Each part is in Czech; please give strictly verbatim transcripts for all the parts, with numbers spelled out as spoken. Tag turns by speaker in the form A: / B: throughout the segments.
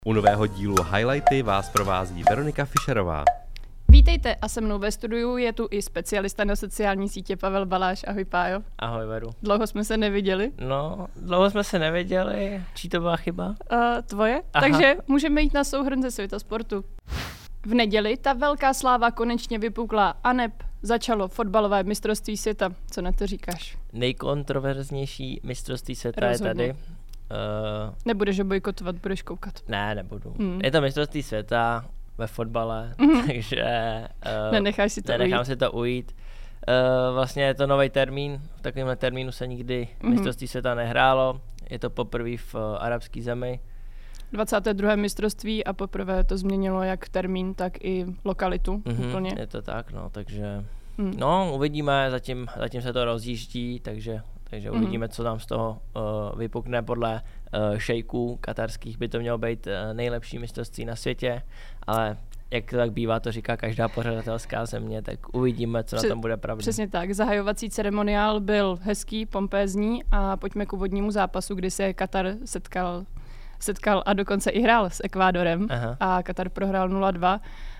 A: U nového dílu Highlighty vás provází Veronika Fischerová.
B: Vítejte a se mnou ve studiu je tu i specialista na sociální sítě Pavel Baláš. Ahoj Pájo.
C: Ahoj Veru.
B: Dlouho jsme se neviděli.
C: No, dlouho jsme se neviděli. Čí to byla chyba?
B: Uh, tvoje?
C: Aha.
B: Takže můžeme jít na souhrn ze světa sportu. V neděli ta velká sláva konečně vypukla a neb začalo fotbalové mistrovství světa. Co na to říkáš?
C: Nejkontroverznější mistrovství světa
B: Rozhodně.
C: je tady. Uh,
B: Nebudeš ho bojkotovat, budeš koukat.
C: ne, nebudu.
B: Mm.
C: Je to mistrovství světa ve fotbale,
B: Mhm.
C: takže uh,
B: Nenecháš si to
C: nenechám
B: ujít.
C: si to ujít. Uh, vlastně je to nový termín, v takovémhle termínu se nikdy
B: Mhm.
C: mistrovství světa nehrálo. Je to poprvé v uh, arabské zemi.
B: dvacáté druhé mistrovství a poprvé to změnilo jak termín, tak i lokalitu
C: Mhm,
B: úplně.
C: je to tak, no, takže
B: Mm.
C: no, uvidíme, zatím, zatím se to rozjíždí, takže, takže
B: Mhm.
C: uvidíme, co nám z toho uh, vypukne. Podle uh, šejků katarských by to mělo být uh, nejlepší mistrovství na světě, ale jak to tak bývá, to říká každá pořadatelská země, tak uvidíme, co
B: Pře-
C: na tom bude pravda.
B: Přesně tak. Zahajovací ceremoniál byl hezký, pompézní a pojďme k úvodnímu zápasu, kdy se Katar setkal, setkal a dokonce i hrál s Ekvádorem.
C: Aha.
B: A Katar prohrál nula dva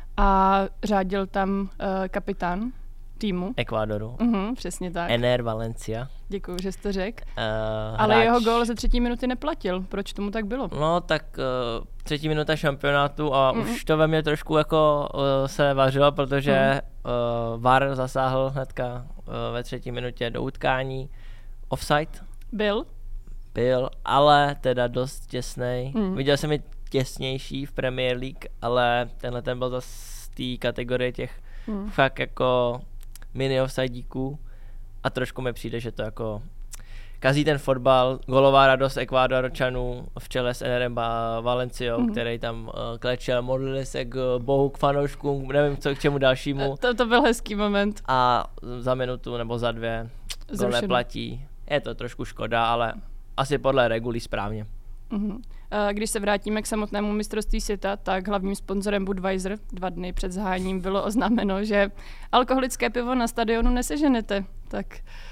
B: a řádil tam uh, kapitán týmu.
C: Ekvádoru.
B: Mhm, přesně tak.
C: Ener Valencia.
B: Děkuju, že jsi to řekl.
C: Uh,
B: Ale
C: hráč.
B: jeho gól ze třetí minuty neplatil. Proč tomu tak bylo?
C: No tak uh, třetí minuta šampionátu a
B: Mhm.
C: už to ve mně trošku jako uh, se vařilo, protože uh, V A R zasáhl hnedka uh, ve třetí minutě do utkání. Offside
B: Byl?
C: byl, ale teda dost těsnej.
B: Mhm.
C: Viděl jsem i těsnější v Premier League, ale tenhle ten byl zase z té kategorie těch
B: Mhm.
C: fakt jako mini offsidíků a trošku mi přijde, že to jako kazí ten fotbal, golová radost Ekvádorčanů v čele s Enerem Ba- Valenciou,
B: Mhm.
C: který tam uh, klečel, modlili se k bohu, k fanouškům, nevím co k čemu dalšímu
B: To, to byl hezký moment.
C: a za minutu nebo za dvě gol
B: Zrušeno.
C: neplatí. Je to trošku škoda, ale asi podle regulí správně.
B: Mhm. Eh, Když se vrátíme k samotnému mistrovství světa, tak hlavním sponzorem Budweiser dva dny před zahájením bylo oznámeno, že alkoholické pivo na stadionu neseženete. Tak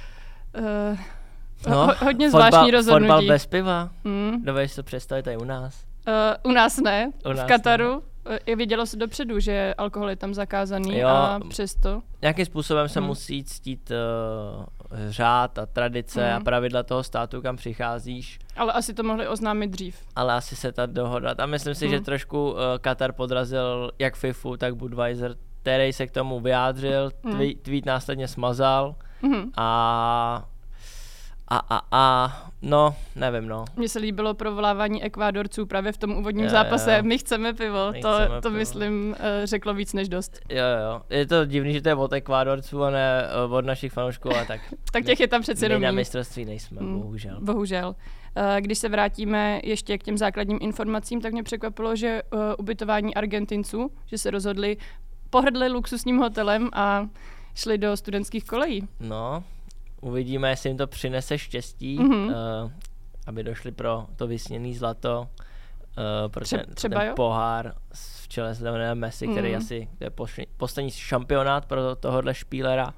B: uh, ho, hodně zvláštní
C: fotbal,
B: rozhodnutí.
C: Fotbal bez piva,
B: Mm.
C: dovedeš si to představit tady u nás.
B: Uh, u nás ne,
C: U
B: v
C: nás
B: Kataru. Ne. Je vidělo se dopředu, že alkohol je tam zakázaný
C: Jo.
B: a přesto.
C: Nějakým způsobem se
B: Hmm.
C: musí ctít uh, řád a tradice
B: Hmm.
C: a pravidla toho státu, kam přicházíš,
B: Ale asi to mohli oznámit dřív.
C: ale asi se ta dohoda. A myslím si,
B: Hmm.
C: že trošku uh, Katar podrazil jak FIFU, tak Budweiser, který se k tomu vyjádřil,
B: Hmm.
C: tví, tweet následně smazal
B: Mhm.
C: a a a a no, nevím no.
B: Mně se líbilo provolávání Ekvádorců právě v tom úvodním
C: Jo,
B: zápase.
C: jo.
B: My chceme pivo.
C: My
B: to
C: chceme
B: to
C: pivo.
B: myslím eh, řeklo víc než dost.
C: Jo, jo, je to divný, že to je od Ekvádorců a ne uh, od našich fanoušků, ale tak.
B: Tak těch je tam přece
C: My
B: jenom
C: na
B: míň.
C: mistrovství nejsme,
B: Mm.
C: bohužel.
B: Bohužel. Eh, Když se vrátíme ještě k těm základním informacím, tak mě překvapilo, že eh, ubytování Argentinců, že se rozhodli, pohrdli luxusním hotelem a šli do studentských kolejí.
C: No, uvidíme, jestli jim to přinese štěstí,
B: Mhm.
C: uh, aby došli pro to vysněné zlato, uh, pro
B: Tře-
C: ten,
B: třeba
C: ten
B: jo?
C: pohár s- v čele s Lionelem Messi,
B: Mhm.
C: který asi to je pošli- poslední šampionát pro tohohle špílera.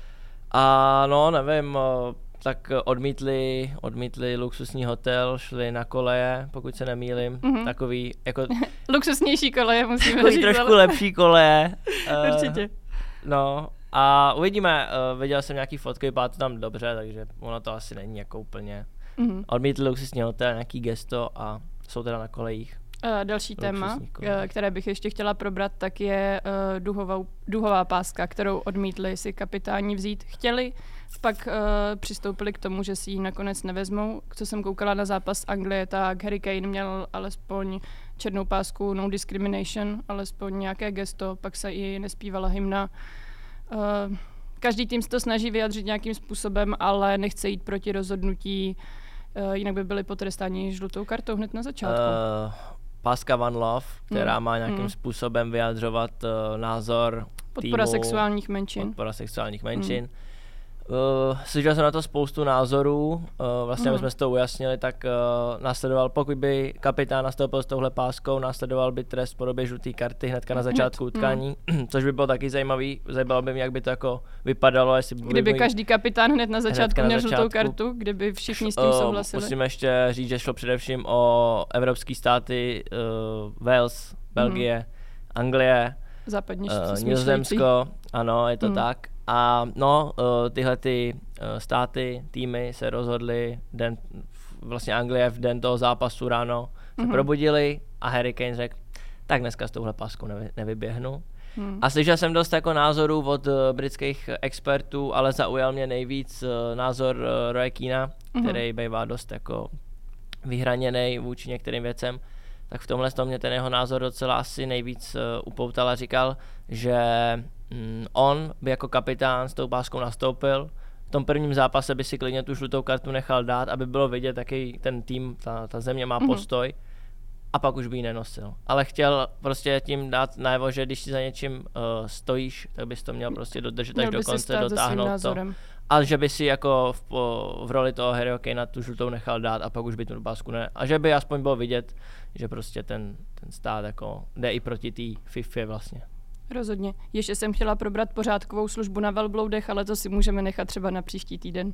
C: A no, nevím, uh, tak odmítli, odmítli luxusní hotel, šli na koleje, pokud se nemýlim,
B: Mhm.
C: takový jako
B: Luxusnější koleje, musíme
C: takový
B: říct.
C: trošku
B: ale-
C: lepší koleje. uh,
B: Určitě.
C: No a uvidíme, uh, viděl jsem nějaký fotky, vypadá to tam dobře, takže ono to asi není jako úplně.
B: Mhm.
C: Odmítli luxusní hotel, nějaký gesto a jsou teda na kolejích.
B: Uh, další téma,
C: Luxusní
B: uh,
C: koleje.
B: které bych ještě chtěla probrat, tak je uh, duhovou, duhová páska, kterou odmítli si kapitáni vzít. Chtěli, pak uh, přistoupili k tomu, že si ji nakonec nevezmou. Co jsem koukala na zápas Anglie, tak Harry Kane měl alespoň černou pásku no discrimination, alespoň nějaké gesto, pak se i nespívala hymna. Uh, každý tým se to snaží vyjadřit nějakým způsobem, ale nechce jít proti rozhodnutí, uh, jinak by byli potrestáni žlutou kartou hned na začátku.
C: Uh, páska One Love, která
B: Hmm,
C: má nějakým
B: hmm.
C: způsobem vyjadřovat uh, názor
B: Podpora
C: týmu,
B: sexuálních menšin.
C: podpora sexuálních menšin. Uh, slyšel jsem na to spoustu názorů, uh, vlastně mm. my jsme si to ujasnili, tak uh, následoval, pokud by kapitán nastoupil s touhle páskou, následoval by trest v podobě žluté karty hnedka na začátku utkání, mm. což by bylo taky zajímavý, zajímalo by mě, jak by to jako vypadalo, jestli by
B: Kdyby každý kapitán hned na začátku měl žlutou kartu, kdyby všichni s tím souhlasili.
C: Uh, musíme ještě říct, že šlo především o evropské státy, uh, Wales, Belgie, mm. Anglie,
B: západní
C: uh, Nizozemsko, ano, je to mm. tak. A no, uh, tyhle ty uh, státy, týmy se rozhodly, den, vlastně Anglie v den toho zápasu ráno se mm-hmm. probudili a Harry Kane řekl, tak dneska s touhle páskou nevy, nevyběhnu. Mm. A slyšel jsem dost jako názorů od uh, britských expertů, ale zaujal mě nejvíc uh, názor uh, Roye Keana, mm-hmm. který bývá dost jako vyhraněný vůči některým věcem. Tak v tomhle tom mě ten jeho názor docela asi nejvíc uh, upoutal a říkal, že mm, on by jako kapitán s tou páskou nastoupil, v tom prvním zápase by si klidně tu žlutou kartu nechal dát, aby bylo vidět, jaký ten tým, ta, ta země má mm-hmm. postoj, a pak už by ji nenosil. Ale chtěl prostě tím dát najevo, že když si za něčím uh, stojíš, tak bys to měl prostě dodržet až do konce, dotáhnout to. A že by si jako v, v roli toho Harryho Kanea tu žlutou nechal dát a pak už by tu pásku ne. A že by aspoň bylo vidět, že prostě ten, ten stát jako jde i proti té FIFA vlastně.
B: Rozhodně. Ještě jsem chtěla probrat pořádkovou službu na velbloudech, ale to si můžeme nechat třeba na příští týden.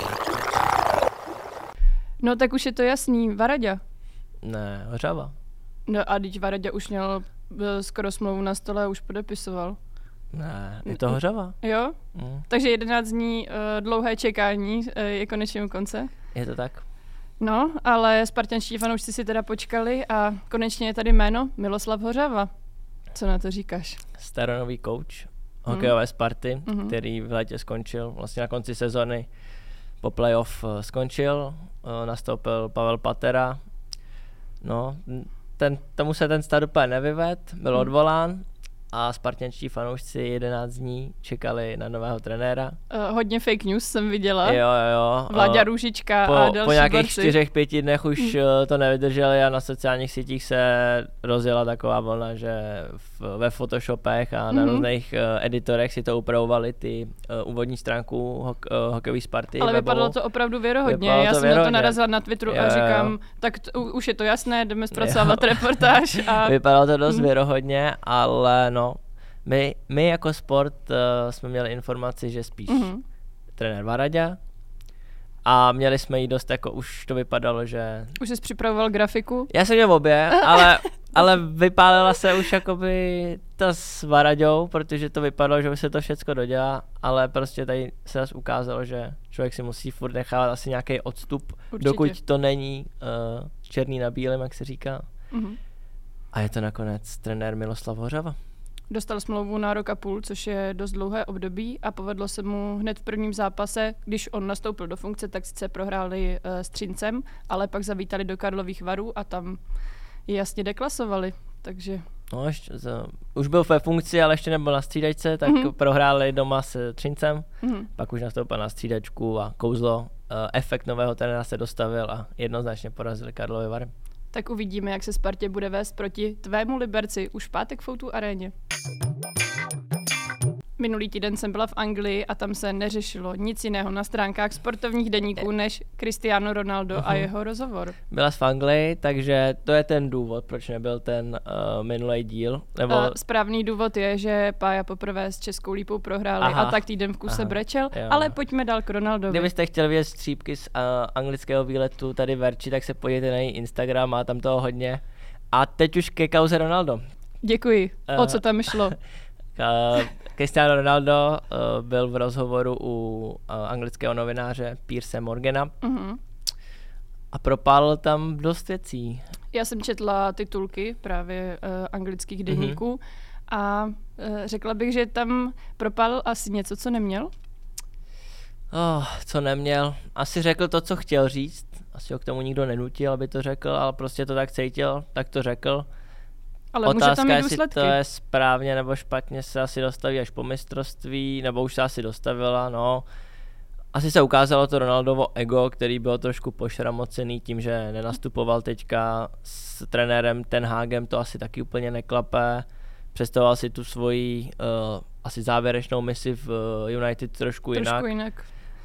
B: No tak už je to jasný. Varaďa.
C: Ne, Hořava.
B: No a teď Varaďa už měl skoro smlouvu na stole a už podepisoval.
C: Ne, je to Hořava.
B: Jo?
C: Mm.
B: Takže jedenáct dní uh, dlouhé čekání uh, je konečně u konce.
C: Je to tak.
B: No, ale spartanští fanoušci si teda počkali a konečně je tady jméno Miloslav Hořava. Co na to říkáš?
C: Staronový coach hokejové Sparty,
B: mm.
C: který v létě skončil, vlastně na konci sezony po playoff skončil, uh, nastoupil Pavel Patera. No, ten, tomu se ten start úplně nevyvedl, byl mm. odvolán. A spartanští fanoušci jedenáct dní čekali na nového trenéra.
B: Uh, hodně fake news jsem viděla.
C: Jo, jo.
B: Vláďa Růžička
C: po,
B: a další
C: Po nějakých
B: borci.
C: čtyřech, pěti dnech už mm. to nevydrželi a na sociálních sítích se rozjela taková vlna, že v, ve Photoshopech a na mm-hmm. různých uh, editorech si to upravovali ty uh, úvodní stránku hok, uh, hokejové Sparty.
B: Ale
C: webovou.
B: Vypadalo to opravdu věrohodně.
C: Vypadalo
B: Já
C: to
B: jsem
C: věrohodně.
B: na to narazila na Twitteru
C: jo,
B: a říkám,
C: jo.
B: tak t- už je to jasné, jdeme zpracovat reportáž. A...
C: Vypadalo to dost věrohodně, ale no, My, my jako sport uh, jsme měli informaci, že spíš mm-hmm. trenér Varaďa a měli jsme jí dost jako, už to vypadalo, že...
B: Už jsi připravoval grafiku?
C: Já jsem měl obě, ale, ale vypálila se už jakoby ta s Varaďou, protože to vypadalo, že už se to všecko dodělá, ale prostě tady se nás ukázalo, že člověk si musí furt nechávat asi nějaký odstup,
B: Určitě.
C: Dokud to není uh, černý na bílém, jak se říká.
B: Mm-hmm.
C: A je to nakonec trenér Miloslav Hořava.
B: Dostal smlouvu na rok a půl, což je dost dlouhé období a povedlo se mu hned v prvním zápase, když on nastoupil do funkce, tak sice prohráli uh, s Třincem, ale pak zavítali do Karlových Varů a tam je jasně deklasovali, takže...
C: No, ještě, za, už byl ve funkci, ale ještě nebyl na střídačce, tak mm-hmm. prohráli doma s Třincem, mm-hmm. pak už nastoupil na střídačku a kouzlo, uh, efekt nového trenéra se dostavil a jednoznačně porazili Karlovy Vary.
B: Tak uvidíme, jak se Spartě bude vést proti tvému Liberci už v pátek v O dva aréně. Minulý týden jsem byla v Anglii a tam se neřešilo nic jiného na stránkách sportovních deníků než Cristiano Ronaldo uh-huh. a jeho rozhovor.
C: Byla jsi v Anglii, takže to je ten důvod, proč nebyl ten uh, minulý díl. Nebo...
B: Uh, správný důvod je, že Pája poprvé s Českou Lípou prohráli Aha. a tak týden v kuse Aha. brečel, jo. ale pojďme dál k Ronaldovi.
C: Kdybyste chtěli vidět střípky z uh, anglického výletu tady Verči, tak se podívejte na její Instagram, má tam toho hodně. A teď už ke kauze Ronaldo.
B: Děkuji. Uh, o co tam šlo?
C: uh, Cristiano Ronaldo uh, byl v rozhovoru u uh, anglického novináře Pierce Morgana uh-huh. a propálil tam dost věcí.
B: Já jsem četla titulky právě uh, anglických deníků uh-huh. a uh, řekla bych, že tam propálil asi něco, co neměl.
C: Oh, co neměl? Asi řekl to, co chtěl říct. Asi ho k tomu nikdo nenutil, aby to řekl, ale prostě to tak cítil, tak to řekl.
B: Ale
C: otázka,
B: může tam mít
C: jestli
B: důsledky.
C: to je správně nebo špatně, se asi dostaví až po mistrovství, nebo už se asi dostavila, no. Asi se ukázalo to Ronaldovo ego, který byl trošku pošramocený tím, že nenastupoval teďka s trenérem Ten Hagem, to asi taky úplně neklape. Představoval si tu svoji uh, asi závěrečnou misi v uh, United trošku,
B: trošku
C: jinak.
B: jinak.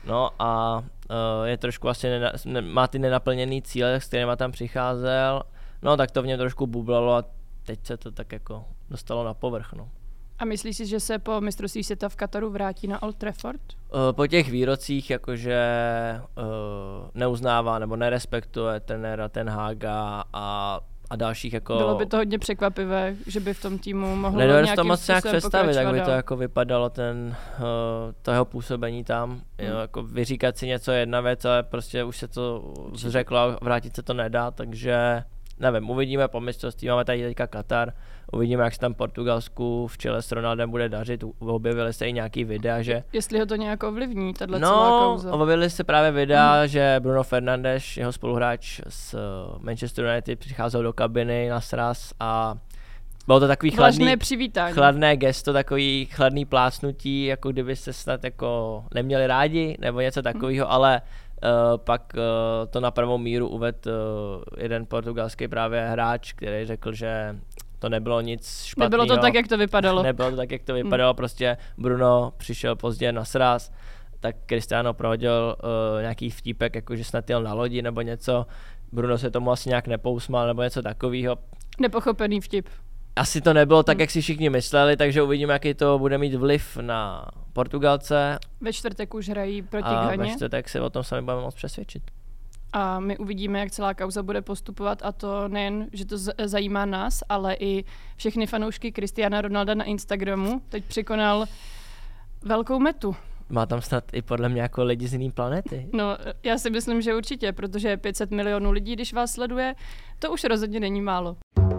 C: No a uh, je trošku asi, nena, ne, má ty nenaplněný cíle, s kterými tam přicházel, no tak to v něm trošku bublalo a teď se to tak jako dostalo na povrch, no.
B: A myslíš si, že se po mistrovství světa v Kataru vrátí na Old Trafford?
C: Uh, po těch výrocích jakože uh, neuznává nebo nerespektuje trenéra Ten Haga a a dalších jako...
B: Bylo by to hodně překvapivé, že by v tom týmu mohlo
C: Nedovedu
B: nějakým
C: to moc nějak představit, jak by to
B: dál.
C: jako vypadalo ten, uh, to jeho působení tam. Hmm. Jo, jako vyříkat si něco je jedna věc, ale prostě už se to zřeklo a vrátit se to nedá, takže nevím, uvidíme po mistrovství, máme tady teďka Katar, uvidíme, jak se tam Portugalsku v čele s Ronaldem bude dařit, objevily se i nějaký videa, že...
B: Jestli ho to nějak ovlivní, tato
C: no,
B: celá kauza.
C: No, objevily se právě videa, hmm. že Bruno Fernandes, jeho spoluhráč z Manchester United, přicházel do kabiny na sraz a bylo to takový chladný, chladné gesto, takový chladný plácnutí, jako kdyby se snad jako neměli rádi, nebo něco takového, hmm. ale Uh, pak uh, to na pravou míru uvedl uh, jeden portugalský právě hráč, který řekl, že to nebylo nic špatného.
B: Nebylo to tak, jak to vypadalo.
C: Nebylo to tak, jak to vypadalo, hmm. prostě Bruno přišel pozdě na sraz, tak Cristiano prohodil uh, nějaký vtípek, jako že snad jel na lodi nebo něco. Bruno se tomu asi nějak nepousmal nebo něco takového.
B: Nepochopený vtip.
C: Asi to nebylo tak,
B: hmm.
C: jak si všichni mysleli, takže uvidíme, jaký to bude mít vliv na Portugalce.
B: Ve čtvrtek už hrají proti
C: a
B: Ghaně.
C: A ve čtvrtek se o tom sami budeme moct přesvědčit.
B: A my uvidíme, jak celá kauza bude postupovat a to nejen, že to z- zajímá nás, ale i všechny fanoušky Cristiana Ronalda na Instagramu. Teď překonal velkou metu.
C: Má tam snad i podle mě jako lidi z jiný planety.
B: No, já si myslím, že určitě, protože pět set milionů lidí, když vás sleduje, to už rozhodně není málo.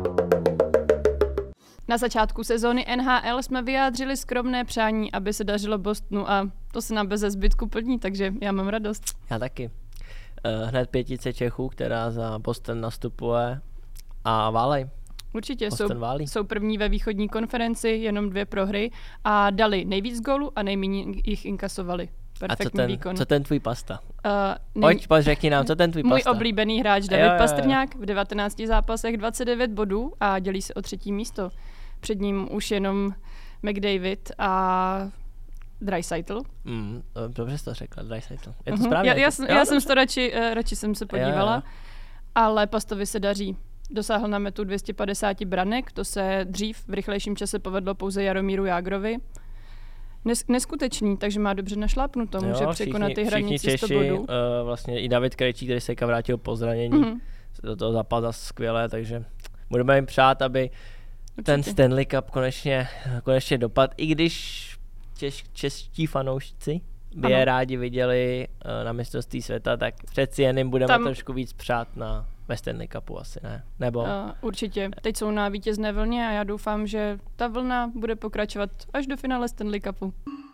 B: Na začátku sezóny N H L jsme vyjádřili skromné přání, aby se dařilo Bostonu a to se nám beze zbytku plní, takže já mám radost.
C: Já taky. Hned pětice Čechů, která za Boston nastupuje a válej.
B: Určitě jsou, jsou první ve východní konferenci, jenom dvě prohry a dali nejvíc gólů a nejméně jich inkasovali. Perfektní
C: a co ten,
B: výkon.
C: co ten tvůj pasta?
B: Uh,
C: Pojď, pojď, řekni nám, co ten tvůj
B: můj
C: pasta?
B: Můj oblíbený hráč David
C: jo, jo, jo.
B: Pastrňák v devatenácti zápasech dvacet devět bodů a dělí se o třetí místo. Před ním už jenom McDavid a Draisaitl.
C: Mm, dobře jsi to řekla, Draisaitl. Je to
B: uh-huh.
C: správně?
B: Já, já, jsem, já jsem to radši, uh, radši jsem se podívala,
C: jo, jo.
B: ale Pastovi se daří. Dosáhl na metu dvě stě padesát branek, to se dřív v rychlejším čase povedlo pouze Jaromíru Jágrovi. Nes, neskutečný, takže má dobře našlápnuto, může jo, překonat ty hranici sto bodů.
C: Uh, vlastně i David Krejčí, který se vrátil po zranění, mm-hmm. do toho zapadá skvěle, takže budeme jim přát, aby určitě ten Stanley Cup konečně, konečně dopad, i když češ, čeští fanoušci by ano. je rádi viděli uh, na mistrovství světa, tak přeci jen jim budeme Tam... trošku víc přát na ve Stanley Cupu asi, ne? Nebo? Uh,
B: určitě. Teď jsou na vítězné vlně a já doufám, že ta vlna bude pokračovat až do finále Stanley Cupu.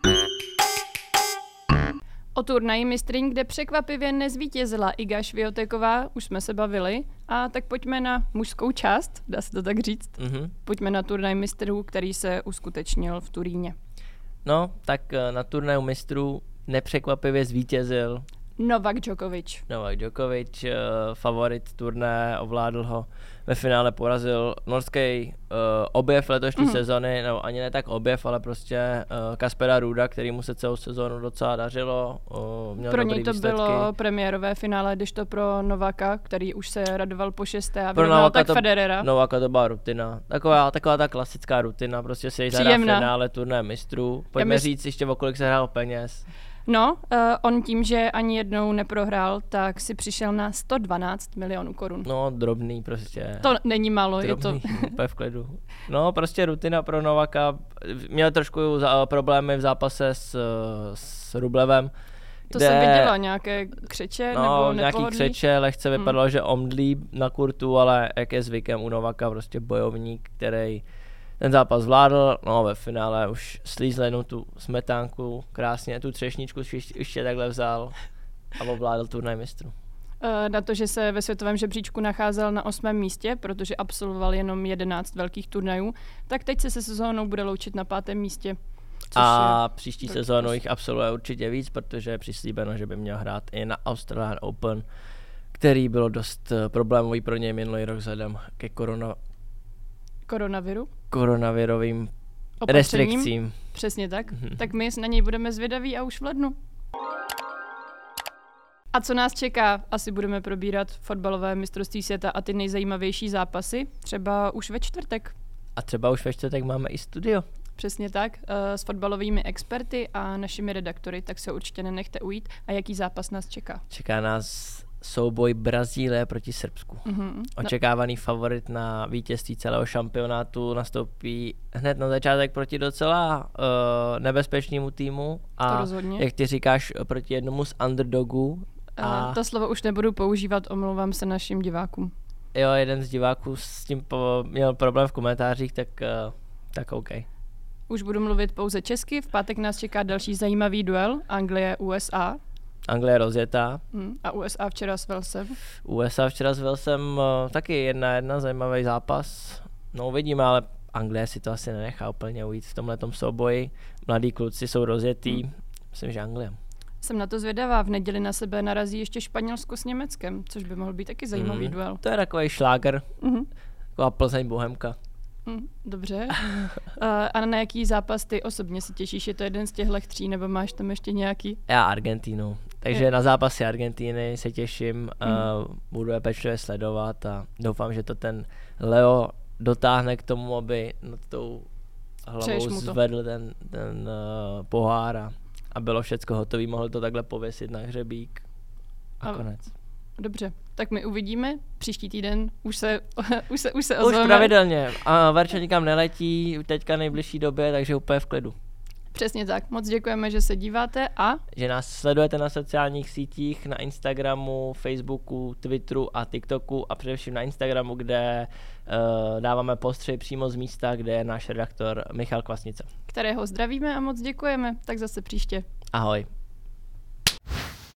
B: O turnaji mistryň, kde překvapivě nezvítězila Iga Swiateková, už jsme se bavili, a tak pojďme na mužskou část, dá se to tak říct. Mm-hmm. Pojďme na turnaj mistrů, který se uskutečnil v Turíně.
C: No, tak na turnaju mistrů nepřekvapivě zvítězil
B: Novak Djokovic.
C: Novak Djokovic, uh, favorit turné, ovládl ho, ve finále porazil norský uh, objev letošní mm. sezony, nebo ani ne tak objev, ale prostě uh, Kaspera Ruda, který mu se celou sezónu docela dařilo, uh, měl
B: pro
C: dobrý
B: něj to
C: výsledky.
B: Bylo premiérové finále, když to pro Novaka, který už se radoval po šesté a vyrovnal tak
C: to,
B: Federera.
C: Novaka to byla rutina, taková, taková ta klasická rutina, prostě si zahrál v finále turné mistrů. Pojďme mysl... říct ještě, o kolik se hrál peněz.
B: No, uh, on tím, že ani jednou neprohrál, tak si přišel na sto dvanáct milionů korun.
C: No, drobný prostě.
B: To není málo,
C: drobný,
B: je to...
C: úplně v klidu. No, prostě rutina pro Novaka. Měl trošku za, problémy v zápase s, s Rublevem.
B: To kde, jsem viděla, nějaké křeče
C: no,
B: nebo
C: nějaký
B: nepohodlí?
C: křeče, lehce vypadalo, hmm. že omdlí na kurtu, ale jak je zvykem u Novaka, prostě bojovník, který ten zápas zvládl, no ve finále už slízl jenom tu smetánku, krásně, tu třešničku ještě takhle vzal a ovládl turnaj mistrů.
B: Na to, že se ve světovém žebříčku nacházel na osmém místě, protože absolvoval jenom jedenáct velkých turnajů, tak teď se se sezónou bude loučit na pátém místě.
C: A příští sezónu jich absolvuje určitě víc, protože je přislíbeno, že by měl hrát i na Australian Open, který bylo dost problémový pro něj minulý rok vzhledem ke korona...
B: koronaviru.
C: koronavirovým
B: opatřením.
C: restrikcím.
B: Přesně tak. Mm-hmm. Tak my na něj budeme zvědaví a už v lednu. A co nás čeká? Asi budeme probírat fotbalové mistrovství světa a ty nejzajímavější zápasy, třeba už ve čtvrtek.
C: A třeba už ve čtvrtek máme i studio.
B: Přesně tak, uh, s fotbalovými experty a našimi redaktory, tak se určitě nenechte ujít. A jaký zápas nás čeká?
C: Čeká nás souboj Brazílie proti Srbsku.
B: Mm-hmm.
C: Očekávaný favorit na vítězství celého šampionátu nastoupí hned na začátek proti docela uh, nebezpečnému týmu. A
B: to rozhodně.
C: Jak ty říkáš, proti jednomu z underdogů.
B: A... Uh, to slovo už nebudu používat, omlouvám se našim divákům.
C: Jo, jeden z diváků s tím po, měl problém v komentářích, tak, uh, tak OK.
B: Už budu mluvit pouze česky, v pátek nás čeká další zajímavý duel, Anglie U S A.
C: Anglie rozjetá.
B: Hmm, a U S A včera s Walesem.
C: U S A včera s Walesem uh, taky jedna jedna zajímavý zápas. No uvidíme, ale Anglie si to asi nenechá úplně ujít v tomhletom souboji. Mladí kluci jsou rozjetý. Hmm. Myslím, že Anglie.
B: Jsem na to zvědavá. V neděli na sebe narazí ještě Španělsko s Německem, což by mohl být taky zajímavý
C: hmm.
B: duel.
C: To je takový šláger.
B: Mm-hmm.
C: Taková Plzeň Bohemka.
B: Mm, dobře. uh, a na jaký zápas ty osobně se těšíš? Je to jeden z těchto tří, nebo máš tam ještě nějaký?
C: Já Argentínu. Takže je. Na zápasy Argentíny se těším. Mm. Uh, budu je pečlivě sledovat a doufám, že to ten Leo dotáhne k tomu, aby nad tou hlavou zvedl ten, ten uh, pohár a, a bylo všecko hotové. Mohl to takhle pověsit na hřebík a, a konec.
B: Dobře, tak my uvidíme. Příští týden už se, už se, už se ozveme.
C: Už pravidelně. A Verča nikam neletí teďka nejbližší době, takže úplně v klidu.
B: Přesně tak. Moc děkujeme, že se díváte a...
C: že nás sledujete na sociálních sítích, na Instagramu, Facebooku, Twitteru a TikToku a především na Instagramu, kde uh, dáváme postřehy přímo z místa, kde je náš redaktor Michal Kvasnice.
B: Kterého zdravíme a moc děkujeme. Tak zase příště.
C: Ahoj.